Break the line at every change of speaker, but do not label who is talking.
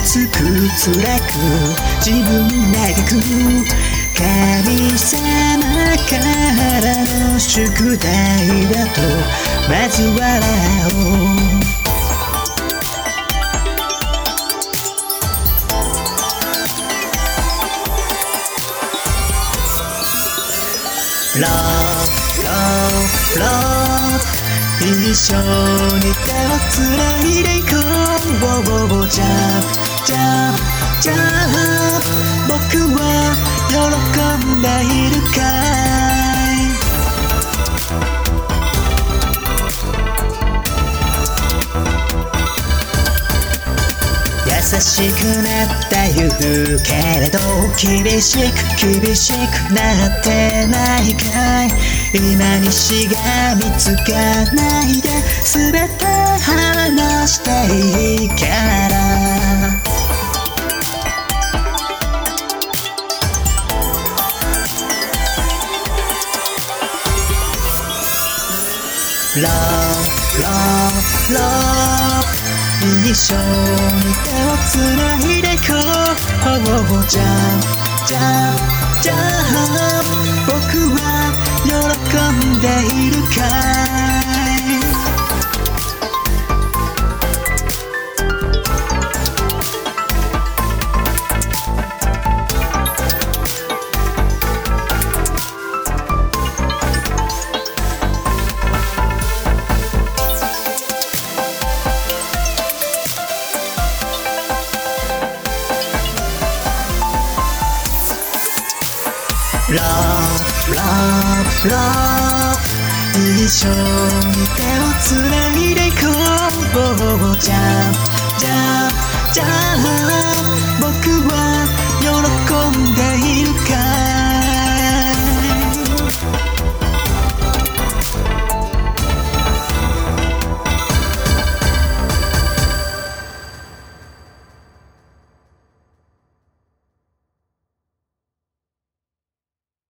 つく辛く自分嘆く神様からの宿題だとまず笑おう。Love, love, love 一緒に手をつないでいこう。ジャンプ、ジャンプ、ジャンプ僕は喜んでいるかい。優しくなった言うけれど厳しくなってないかい。今にしがみつかないで全て話していいから。Love, love, love 一緒に手をつないでいこう。ジャンプ、ジャンプ、ジャンプ僕は喜んでいるかい。Love, love, love 一緒に手をつないでいこう。ジャンプ、ジャンプ、ジャンプ僕は